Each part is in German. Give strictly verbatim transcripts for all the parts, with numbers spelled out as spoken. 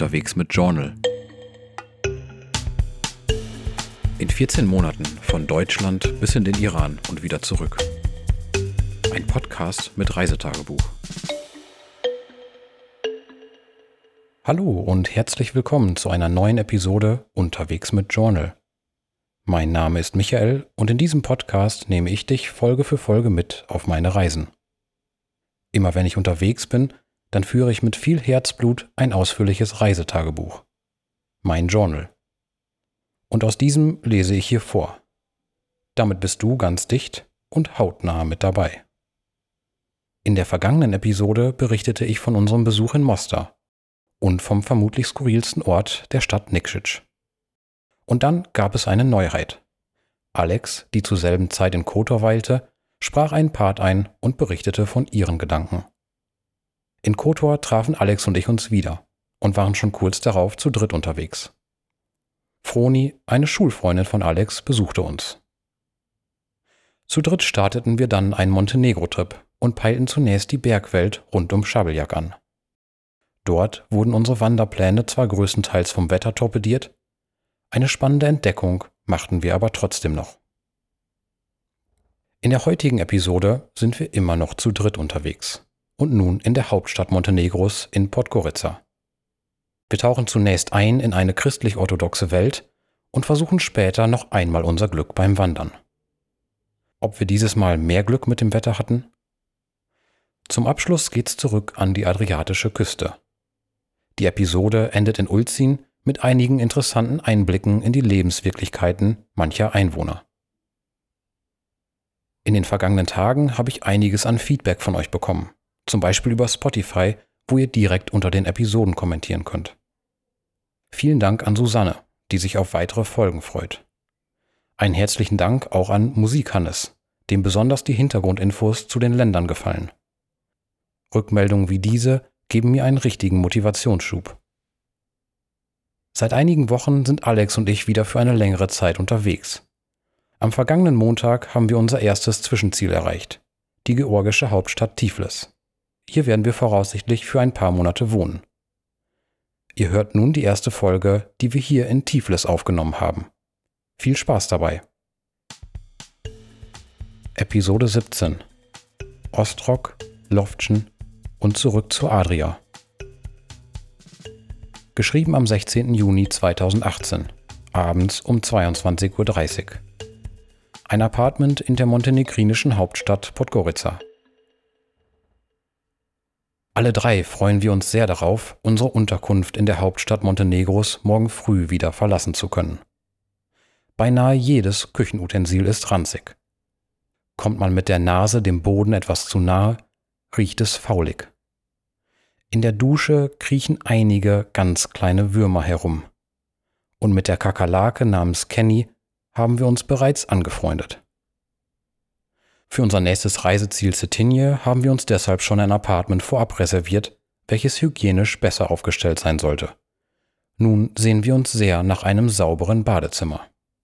unterwegs mit Journal. In vierzehn Monaten von Deutschland bis in den Iran und wieder zurück. Ein Podcast mit Reisetagebuch. Hallo und herzlich willkommen zu einer neuen Episode Unterwegs mit Journal. Mein Name ist Michael und in diesem Podcast nehme ich dich Folge für Folge mit auf meine Reisen. Immer wenn ich unterwegs bin, dann führe ich mit viel Herzblut ein ausführliches Reisetagebuch. Mein Journal. Und aus diesem lese ich hier vor. Damit bist du ganz dicht und hautnah mit dabei. In der vergangenen Episode berichtete ich von unserem Besuch in Mostar und vom vermutlich skurrilsten Ort der Stadt Nikšić. Und dann gab es eine Neuheit. Alex, die zur selben Zeit in Kotor weilte, sprach einen Part ein und berichtete von ihren Gedanken. In Kotor trafen Alex und ich uns wieder und waren schon kurz darauf zu dritt unterwegs. Froni, eine Schulfreundin von Alex, besuchte uns. Zu dritt starteten wir dann einen Montenegro-Trip und peilten zunächst die Bergwelt rund um Šabeljak an. Dort wurden unsere Wanderpläne zwar größtenteils vom Wetter torpediert, eine spannende Entdeckung machten wir aber trotzdem noch. In der heutigen Episode sind wir immer noch zu dritt unterwegs und nun in der Hauptstadt Montenegros in Podgorica. Wir tauchen zunächst ein in eine christlich-orthodoxe Welt und versuchen später noch einmal unser Glück beim Wandern. Ob wir dieses Mal mehr Glück mit dem Wetter hatten? Zum Abschluss geht's zurück an die adriatische Küste. Die Episode endet in Ulcin mit einigen interessanten Einblicken in die Lebenswirklichkeiten mancher Einwohner. In den vergangenen Tagen habe ich einiges an Feedback von euch bekommen, zum Beispiel über Spotify, wo ihr direkt unter den Episoden kommentieren könnt. Vielen Dank an Susanne, die sich auf weitere Folgen freut. Einen herzlichen Dank auch an Musikhannes, dem besonders die Hintergrundinfos zu den Ländern gefallen. Rückmeldungen wie diese geben mir einen richtigen Motivationsschub. Seit einigen Wochen sind Alex und ich wieder für eine längere Zeit unterwegs. Am vergangenen Montag haben wir unser erstes Zwischenziel erreicht, die georgische Hauptstadt Tiflis. Hier werden wir voraussichtlich für ein paar Monate wohnen. Ihr hört nun die erste Folge, die wir hier in Tiflis aufgenommen haben. Viel Spaß dabei! Episode siebzehn. Ostrog, Lovćen und zurück zur Adria. Geschrieben am sechzehnten Juni zweitausendachtzehn, abends um zweiundzwanzig Uhr dreißig. Ein Apartment in der montenegrinischen Hauptstadt Podgorica. Alle drei freuen wir uns sehr darauf, unsere Unterkunft in der Hauptstadt Montenegros morgen früh wieder verlassen zu können. Beinahe jedes Küchenutensil ist ranzig. Kommt man mit der Nase dem Boden etwas zu nahe, riecht es faulig. In der Dusche kriechen einige ganz kleine Würmer herum. Und mit der Kakerlake namens Kenny haben wir uns bereits angefreundet. Für unser nächstes Reiseziel Cetinje haben wir uns deshalb schon ein Apartment vorab reserviert, welches hygienisch besser aufgestellt sein sollte. Nun sehen wir uns sehr nach einem sauberen Badezimmer.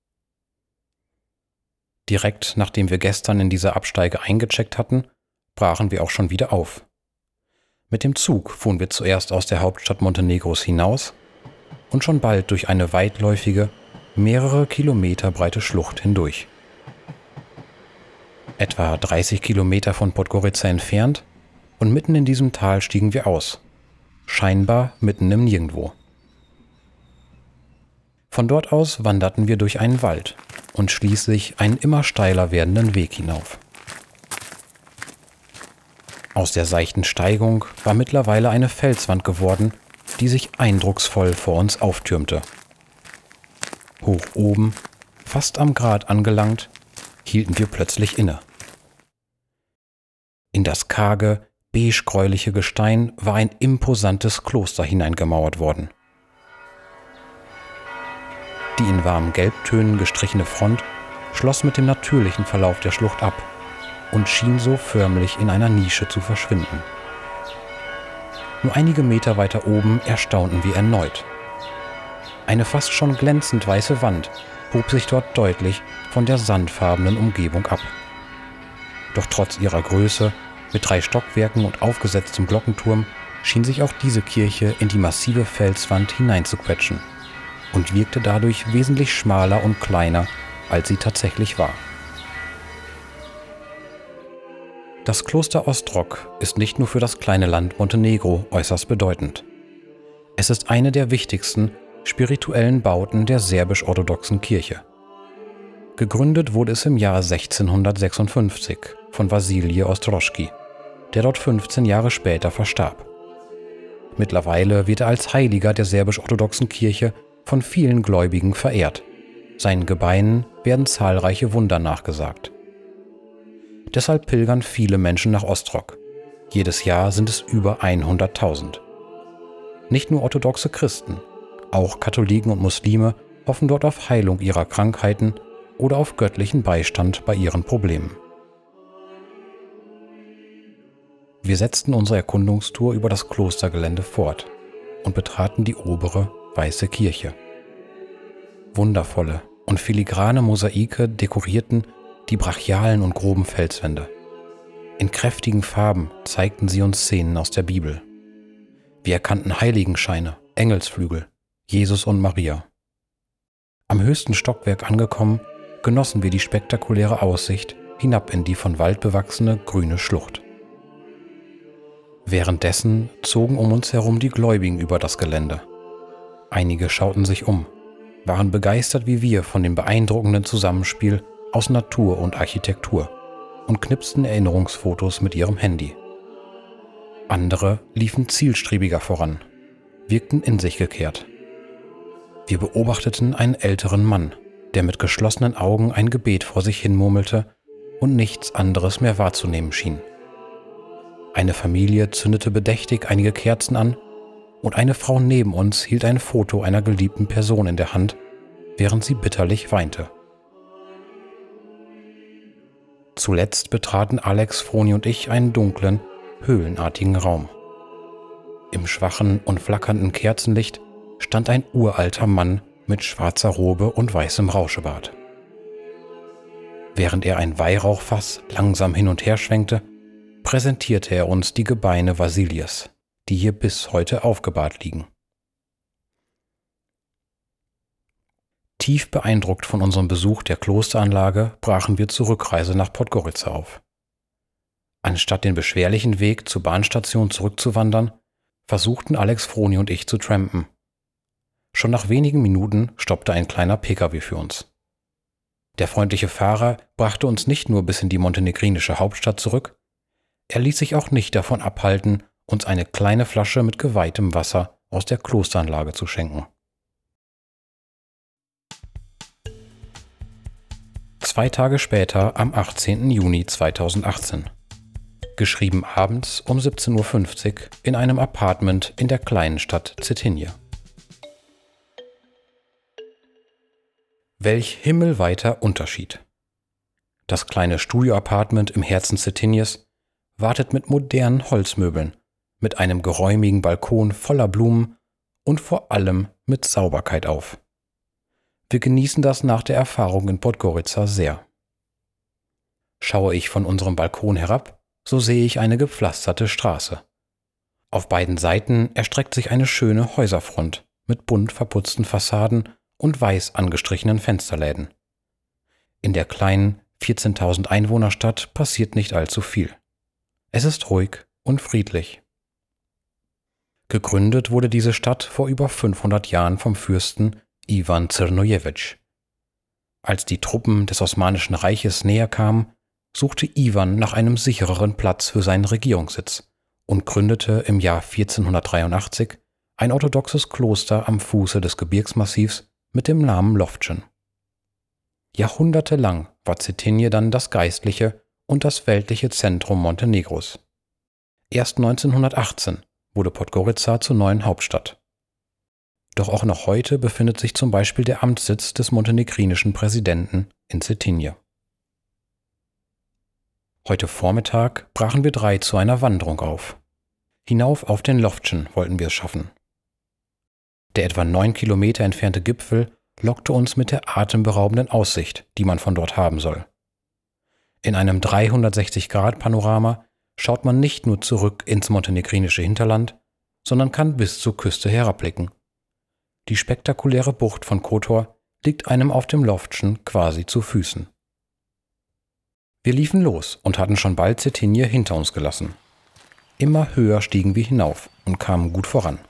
Direkt nachdem wir gestern in dieser Absteige eingecheckt hatten, brachen wir auch schon wieder auf. Mit dem Zug fuhren wir zuerst aus der Hauptstadt Montenegros hinaus und schon bald durch eine weitläufige, mehrere Kilometer breite Schlucht hindurch. Etwa dreißig Kilometer von Podgorica entfernt und mitten in diesem Tal stiegen wir aus, scheinbar mitten im Nirgendwo. Von dort aus wanderten wir durch einen Wald und schließlich einen immer steiler werdenden Weg hinauf. Aus der seichten Steigung war mittlerweile eine Felswand geworden, die sich eindrucksvoll vor uns auftürmte. Hoch oben, fast am Grat angelangt, hielten wir plötzlich inne. In das karge, beige-gräuliche Gestein war ein imposantes Kloster hineingemauert worden. Die in warmen Gelbtönen gestrichene Front schloss mit dem natürlichen Verlauf der Schlucht ab und schien so förmlich in einer Nische zu verschwinden. Nur einige Meter weiter oben erstaunten wir erneut. Eine fast schon glänzend weiße Wand hob sich dort deutlich von der sandfarbenen Umgebung ab. Doch trotz ihrer Größe, mit drei Stockwerken und aufgesetztem Glockenturm, schien sich auch diese Kirche in die massive Felswand hineinzuquetschen und wirkte dadurch wesentlich schmaler und kleiner, als sie tatsächlich war. Das Kloster Ostrog ist nicht nur für das kleine Land Montenegro äußerst bedeutend. Es ist eine der wichtigsten spirituellen Bauten der serbisch-orthodoxen Kirche. Gegründet wurde es im Jahr sechzehnhundertsechsundfünfzig von Vasilije Ostroški, der dort fünfzehn Jahre später verstarb. Mittlerweile wird er als Heiliger der serbisch-orthodoxen Kirche von vielen Gläubigen verehrt. Seinen Gebeinen werden zahlreiche Wunder nachgesagt. Deshalb pilgern viele Menschen nach Ostrog. Jedes Jahr sind es über hunderttausend. Nicht nur orthodoxe Christen, auch Katholiken und Muslime hoffen dort auf Heilung ihrer Krankheiten oder auf göttlichen Beistand bei ihren Problemen. Wir setzten unsere Erkundungstour über das Klostergelände fort und betraten die obere, weiße Kirche. Wundervolle und filigrane Mosaike dekorierten die brachialen und groben Felswände. In kräftigen Farben zeigten sie uns Szenen aus der Bibel. Wir erkannten Heiligenscheine, Engelsflügel, Jesus und Maria. Am höchsten Stockwerk angekommen, genossen wir die spektakuläre Aussicht hinab in die von Wald bewachsene grüne Schlucht. Währenddessen zogen um uns herum die Gläubigen über das Gelände. Einige schauten sich um, waren begeistert wie wir von dem beeindruckenden Zusammenspiel aus Natur und Architektur und knipsten Erinnerungsfotos mit ihrem Handy. Andere liefen zielstrebiger voran, wirkten in sich gekehrt. Wir beobachteten einen älteren Mann, der mit geschlossenen Augen ein Gebet vor sich hin murmelte und nichts anderes mehr wahrzunehmen schien. Eine Familie zündete bedächtig einige Kerzen an und eine Frau neben uns hielt ein Foto einer geliebten Person in der Hand, während sie bitterlich weinte. Zuletzt betraten Alex, Froni und ich einen dunklen, höhlenartigen Raum. Im schwachen und flackernden Kerzenlicht stand ein uralter Mann mit schwarzer Robe und weißem Rauschebart. Während er ein Weihrauchfass langsam hin und her schwenkte, präsentierte er uns die Gebeine Vasilijes, die hier bis heute aufgebahrt liegen. Tief beeindruckt von unserem Besuch der Klosteranlage brachen wir zur Rückreise nach Podgorica auf. Anstatt den beschwerlichen Weg zur Bahnstation zurückzuwandern, versuchten Alex, Froni und ich zu trampen. Schon nach wenigen Minuten stoppte ein kleiner Pkw für uns. Der freundliche Fahrer brachte uns nicht nur bis in die montenegrinische Hauptstadt zurück, er ließ sich auch nicht davon abhalten, uns eine kleine Flasche mit geweihtem Wasser aus der Klosteranlage zu schenken. Zwei Tage später, am achtzehnten Juni zweitausendachtzehn. Geschrieben abends um siebzehn Uhr fünfzig in einem Apartment in der kleinen Stadt Cetinje. Welch himmelweiter Unterschied! Das kleine Studio-Apartment im Herzen Cetinjes wartet mit modernen Holzmöbeln, mit einem geräumigen Balkon voller Blumen und vor allem mit Sauberkeit auf. Wir genießen das nach der Erfahrung in Podgorica sehr. Schaue ich von unserem Balkon herab, so sehe ich eine gepflasterte Straße. Auf beiden Seiten erstreckt sich eine schöne Häuserfront mit bunt verputzten Fassaden und weiß angestrichenen Fensterläden. In der kleinen vierzehntausend Einwohnerstadt passiert nicht allzu viel. Es ist ruhig und friedlich. Gegründet wurde diese Stadt vor über fünfhundert Jahren vom Fürsten Ivan Crnojevich. Als die Truppen des Osmanischen Reiches näher kamen, suchte Ivan nach einem sichereren Platz für seinen Regierungssitz und gründete im Jahr vierzehnhundertdreiundachtzig ein orthodoxes Kloster am Fuße des Gebirgsmassivs mit dem Namen Lovćen. Jahrhundertelang war Cetinje dann das geistliche und das weltliche Zentrum Montenegros. Erst neunzehnhundertachtzehn wurde Podgorica zur neuen Hauptstadt. Doch auch noch heute befindet sich zum Beispiel der Amtssitz des montenegrinischen Präsidenten in Cetinje. Heute Vormittag brachen wir drei zu einer Wanderung auf. Hinauf auf den Lovćen wollten wir es schaffen. Der etwa neun Kilometer entfernte Gipfel lockte uns mit der atemberaubenden Aussicht, die man von dort haben soll. In einem dreihundertsechzig Grad Panorama schaut man nicht nur zurück ins montenegrinische Hinterland, sondern kann bis zur Küste herabblicken. Die spektakuläre Bucht von Kotor liegt einem auf dem Loftschen quasi zu Füßen. Wir liefen los und hatten schon bald Cetinje hinter uns gelassen. Immer höher stiegen wir hinauf und kamen gut voran.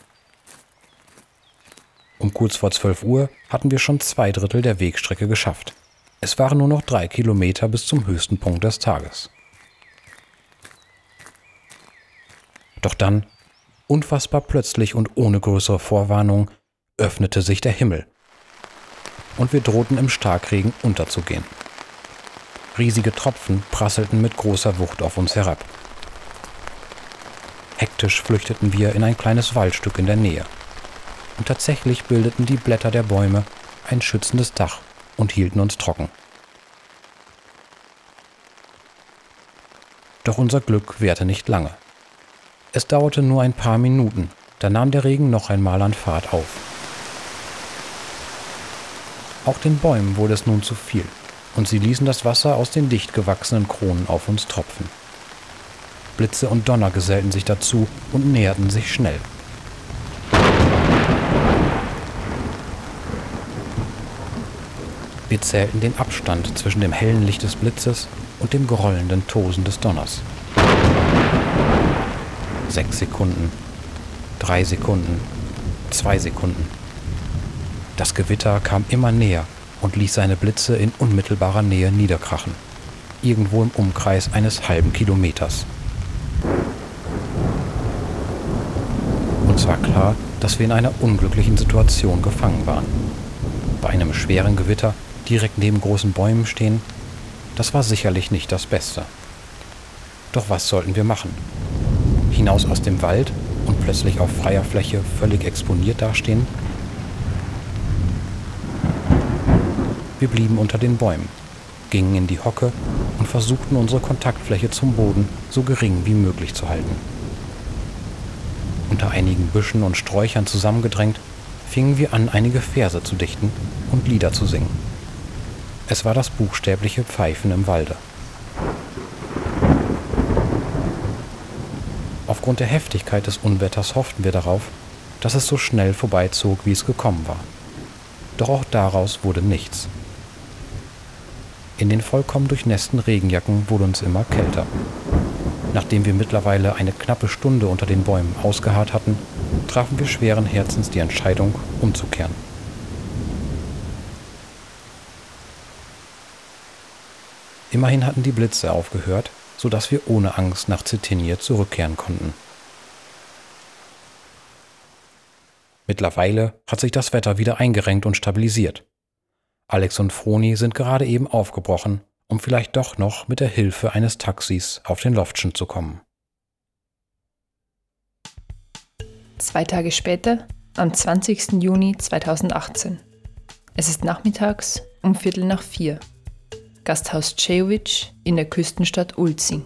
Um kurz vor zwölf Uhr hatten wir schon zwei Drittel der Wegstrecke geschafft. Es waren nur noch drei Kilometer bis zum höchsten Punkt des Tages. Doch dann, unfassbar plötzlich und ohne größere Vorwarnung, öffnete sich der Himmel und wir drohten im Starkregen unterzugehen. Riesige Tropfen prasselten mit großer Wucht auf uns herab. Hektisch flüchteten wir in ein kleines Waldstück in der Nähe. Und tatsächlich bildeten die Blätter der Bäume ein schützendes Dach und hielten uns trocken. Doch unser Glück währte nicht lange. Es dauerte nur ein paar Minuten, da nahm der Regen noch einmal an Fahrt auf. Auch den Bäumen wurde es nun zu viel, und sie ließen das Wasser aus den dicht gewachsenen Kronen auf uns tropfen. Blitze und Donner gesellten sich dazu und näherten sich schnell. Wir zählten den Abstand zwischen dem hellen Licht des Blitzes und dem grollenden Tosen des Donners. Sechs Sekunden, drei Sekunden, zwei Sekunden. Das Gewitter kam immer näher und ließ seine Blitze in unmittelbarer Nähe niederkrachen, irgendwo im Umkreis eines halben Kilometers. Uns war klar, dass wir in einer unglücklichen Situation gefangen waren. Bei einem schweren Gewitter direkt neben großen Bäumen stehen, das war sicherlich nicht das Beste. Doch was sollten wir machen? Hinaus aus dem Wald und plötzlich auf freier Fläche völlig exponiert dastehen? Wir blieben unter den Bäumen, gingen in die Hocke und versuchten unsere Kontaktfläche zum Boden so gering wie möglich zu halten. Unter einigen Büschen und Sträuchern zusammengedrängt, fingen wir an, einige Verse zu dichten und Lieder zu singen. Es war das buchstäbliche Pfeifen im Walde. Aufgrund der Heftigkeit des Unwetters hofften wir darauf, dass es so schnell vorbeizog, wie es gekommen war. Doch auch daraus wurde nichts. In den vollkommen durchnässten Regenjacken wurde uns immer kälter. Nachdem wir mittlerweile eine knappe Stunde unter den Bäumen ausgeharrt hatten, trafen wir schweren Herzens die Entscheidung, umzukehren. Immerhin hatten die Blitze aufgehört, sodass wir ohne Angst nach Cetinje zurückkehren konnten. Mittlerweile hat sich das Wetter wieder eingerenkt und stabilisiert. Alex und Froni sind gerade eben aufgebrochen, um vielleicht doch noch mit der Hilfe eines Taxis auf den Loftschen zu kommen. Zwei Tage später, am zwanzigsten Juni zweitausendachtzehn. Es ist nachmittags um Viertel nach vier. Gasthaus Cejovic in der Küstenstadt Ulcinj.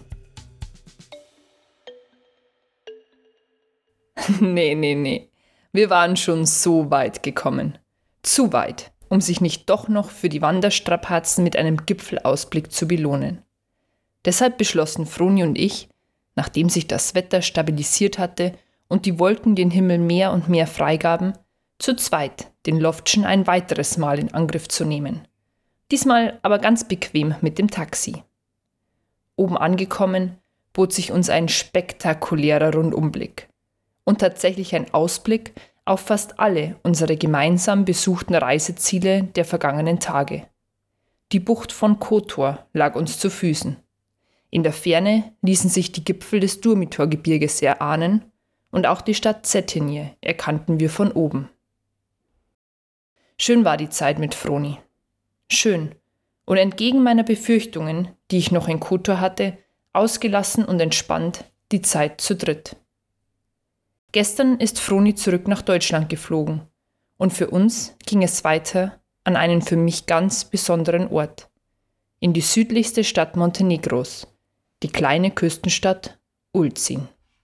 nee, nee, nee. Wir waren schon so weit gekommen. Zu weit, um sich nicht doch noch für die Wanderstrapazen mit einem Gipfelausblick zu belohnen. Deshalb beschlossen Froni und ich, nachdem sich das Wetter stabilisiert hatte und die Wolken den Himmel mehr und mehr freigaben, zu zweit den Loftschen ein weiteres Mal in Angriff zu nehmen. Diesmal aber ganz bequem mit dem Taxi. Oben angekommen, bot sich uns ein spektakulärer Rundumblick und tatsächlich ein Ausblick auf fast alle unsere gemeinsam besuchten Reiseziele der vergangenen Tage. Die Bucht von Kotor lag uns zu Füßen. In der Ferne ließen sich die Gipfel des Durmitor-Gebirges erahnen und auch die Stadt Cetinje erkannten wir von oben. Schön war die Zeit mit Froni. Schön und entgegen meiner Befürchtungen, die ich noch in Kotor hatte, ausgelassen und entspannt die Zeit zu dritt. Gestern ist Froni zurück nach Deutschland geflogen und für uns ging es weiter an einen für mich ganz besonderen Ort, in die südlichste Stadt Montenegros, die kleine Küstenstadt Ulcinj.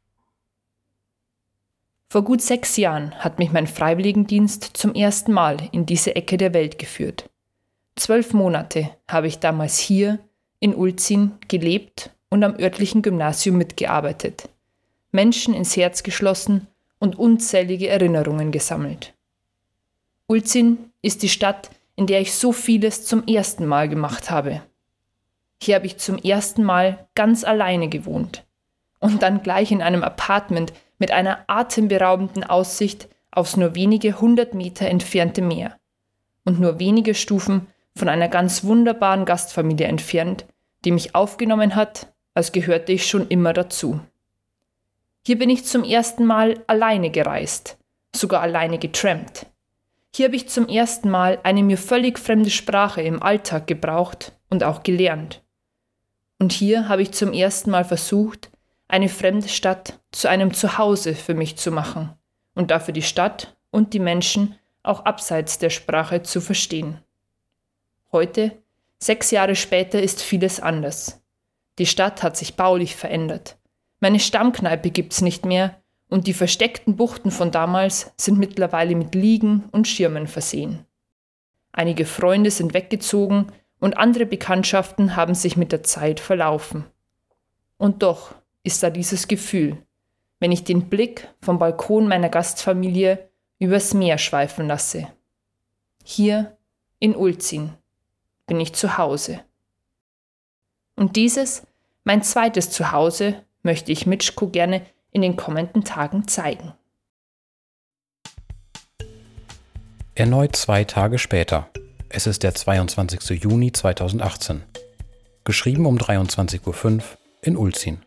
Vor gut sechs Jahren hat mich mein Freiwilligendienst zum ersten Mal in diese Ecke der Welt geführt. Zwölf Monate habe ich damals hier in Ulcinj gelebt und am örtlichen Gymnasium mitgearbeitet, Menschen ins Herz geschlossen und unzählige Erinnerungen gesammelt. Ulzin ist die Stadt, in der ich so vieles zum ersten Mal gemacht habe. Hier habe ich zum ersten Mal ganz alleine gewohnt und dann gleich in einem Apartment mit einer atemberaubenden Aussicht aufs nur wenige hundert Meter entfernte Meer und nur wenige Stufen von einer ganz wunderbaren Gastfamilie entfernt, die mich aufgenommen hat, als gehörte ich schon immer dazu. Hier bin ich zum ersten Mal alleine gereist, sogar alleine getrampt. Hier habe ich zum ersten Mal eine mir völlig fremde Sprache im Alltag gebraucht und auch gelernt. Und hier habe ich zum ersten Mal versucht, eine fremde Stadt zu einem Zuhause für mich zu machen und dafür die Stadt und die Menschen auch abseits der Sprache zu verstehen. Heute, sechs Jahre später, ist vieles anders. Die Stadt hat sich baulich verändert. Meine Stammkneipe gibt's nicht mehr und die versteckten Buchten von damals sind mittlerweile mit Liegen und Schirmen versehen. Einige Freunde sind weggezogen und andere Bekanntschaften haben sich mit der Zeit verlaufen. Und doch ist da dieses Gefühl, wenn ich den Blick vom Balkon meiner Gastfamilie übers Meer schweifen lasse. Hier in Ulzin bin ich zu Hause. Und dieses, mein zweites Zuhause, möchte ich Mitschko gerne in den kommenden Tagen zeigen. Erneut zwei Tage später. Es ist der zweiundzwanzigster Juni zweitausendachtzehn. Geschrieben um dreiundzwanzig Uhr fünf in Ulzin.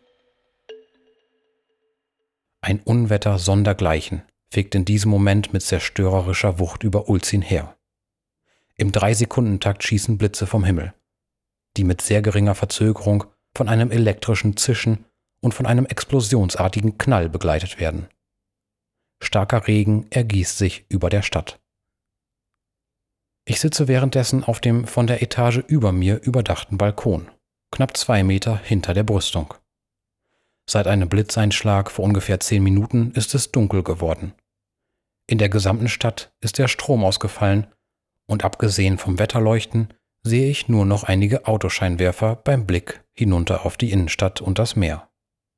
Ein Unwetter sondergleichen fegt in diesem Moment mit zerstörerischer Wucht über Ulzin her. Im Drei-Sekunden-Takt schießen Blitze vom Himmel, die mit sehr geringer Verzögerung von einem elektrischen Zischen und von einem explosionsartigen Knall begleitet werden. Starker Regen ergießt sich über der Stadt. Ich sitze währenddessen auf dem von der Etage über mir überdachten Balkon, knapp zwei Meter hinter der Brüstung. Seit einem Blitzeinschlag vor ungefähr zehn Minuten ist es dunkel geworden. In der gesamten Stadt ist der Strom ausgefallen und abgesehen vom Wetterleuchten sehe ich nur noch einige Autoscheinwerfer beim Blick hinunter auf die Innenstadt und das Meer.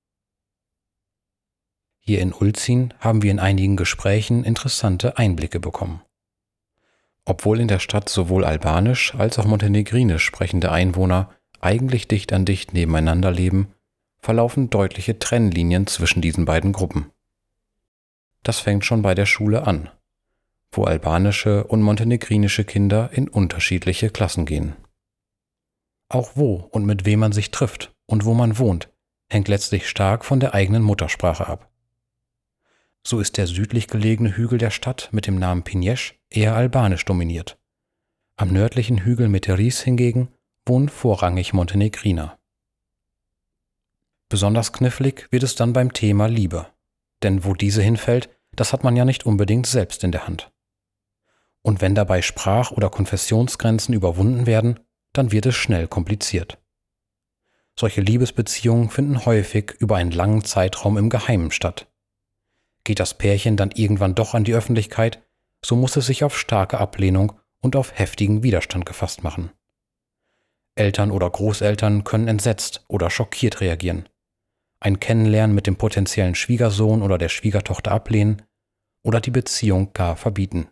Hier in Ulzin haben wir in einigen Gesprächen interessante Einblicke bekommen. Obwohl in der Stadt sowohl albanisch als auch montenegrinisch sprechende Einwohner eigentlich dicht an dicht nebeneinander leben, verlaufen deutliche Trennlinien zwischen diesen beiden Gruppen. Das fängt schon bei der Schule an, wo albanische und montenegrinische Kinder in unterschiedliche Klassen gehen. Auch wo und mit wem man sich trifft und wo man wohnt, hängt letztlich stark von der eigenen Muttersprache ab. So ist der südlich gelegene Hügel der Stadt mit dem Namen Pinjesh eher albanisch dominiert. Am nördlichen Hügel Meteris hingegen wohnen vorrangig Montenegriner. Besonders knifflig wird es dann beim Thema Liebe, denn wo diese hinfällt, das hat man ja nicht unbedingt selbst in der Hand. Und wenn dabei Sprach- oder Konfessionsgrenzen überwunden werden, dann wird es schnell kompliziert. Solche Liebesbeziehungen finden häufig über einen langen Zeitraum im Geheimen statt. Geht das Pärchen dann irgendwann doch an die Öffentlichkeit, so muss es sich auf starke Ablehnung und auf heftigen Widerstand gefasst machen. Eltern oder Großeltern können entsetzt oder schockiert reagieren, ein Kennenlernen mit dem potenziellen Schwiegersohn oder der Schwiegertochter ablehnen oder die Beziehung gar verbieten.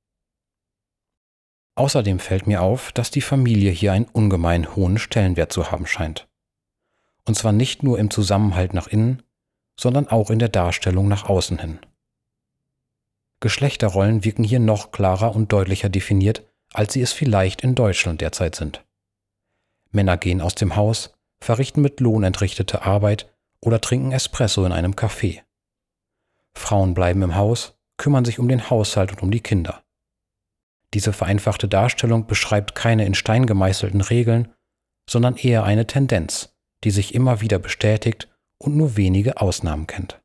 Außerdem fällt mir auf, dass die Familie hier einen ungemein hohen Stellenwert zu haben scheint. Und zwar nicht nur im Zusammenhalt nach innen, sondern auch in der Darstellung nach außen hin. Geschlechterrollen wirken hier noch klarer und deutlicher definiert, als sie es vielleicht in Deutschland derzeit sind. Männer gehen aus dem Haus, verrichten mit Lohn entrichtete Arbeit oder trinken Espresso in einem Café. Frauen bleiben im Haus, kümmern sich um den Haushalt und um die Kinder. Diese vereinfachte Darstellung beschreibt keine in Stein gemeißelten Regeln, sondern eher eine Tendenz, die sich immer wieder bestätigt und nur wenige Ausnahmen kennt.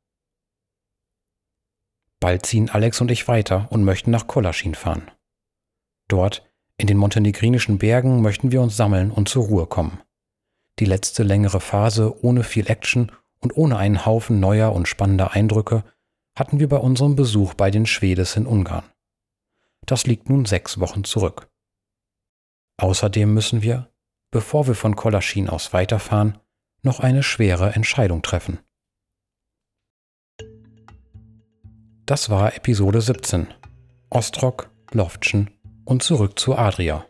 Bald ziehen Alex und ich weiter und möchten nach Kolaschin fahren. Dort, in den montenegrinischen Bergen, möchten wir uns sammeln und zur Ruhe kommen. Die letzte längere Phase ohne viel Action und ohne einen Haufen neuer und spannender Eindrücke hatten wir bei unserem Besuch bei den Schwedes in Ungarn. Das liegt nun sechs Wochen zurück. Außerdem müssen wir, bevor wir von Kolaschin aus weiterfahren, noch eine schwere Entscheidung treffen. Das war Episode siebzehn. Ostrog, Lovtschen und zurück zu Adria.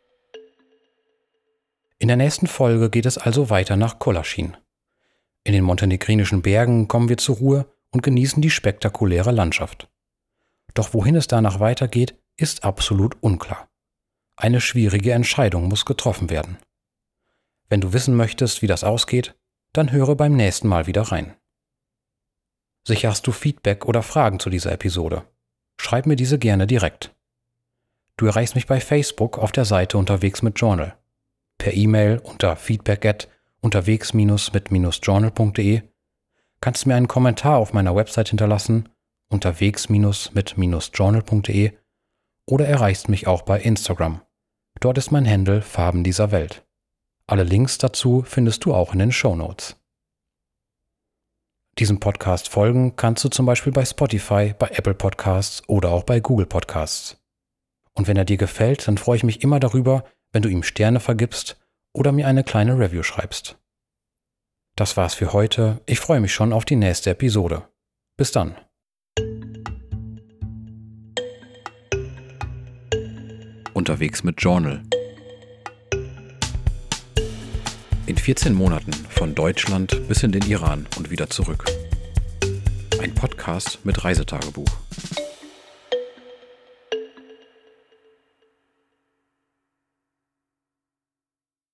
In der nächsten Folge geht es also weiter nach Kolaschin. In den montenegrinischen Bergen kommen wir zur Ruhe und genießen die spektakuläre Landschaft. Doch wohin es danach weitergeht, ist absolut unklar. Eine schwierige Entscheidung muss getroffen werden. Wenn du wissen möchtest, wie das ausgeht, dann höre beim nächsten Mal wieder rein. Sicher hast du Feedback oder Fragen zu dieser Episode. Schreib mir diese gerne direkt. Du erreichst mich bei Facebook auf der Seite Unterwegs mit Journal, per E-Mail unter feedback at unterwegs mit journal punkt de, kannst mir einen Kommentar auf meiner Website hinterlassen, unterwegs mit journal punkt de, oder erreichst mich auch bei Instagram. Dort ist mein Handle Farben dieser Welt. Alle Links dazu findest du auch in den Shownotes. Diesem Podcast folgen kannst du zum Beispiel bei Spotify, bei Apple Podcasts oder auch bei Google Podcasts. Und wenn er dir gefällt, dann freue ich mich immer darüber, wenn du ihm Sterne vergibst oder mir eine kleine Review schreibst. Das war's für heute. Ich freue mich schon auf die nächste Episode. Bis dann. Unterwegs mit Journal. In vierzehn Monaten von Deutschland bis in den Iran und wieder zurück. Ein Podcast mit Reisetagebuch.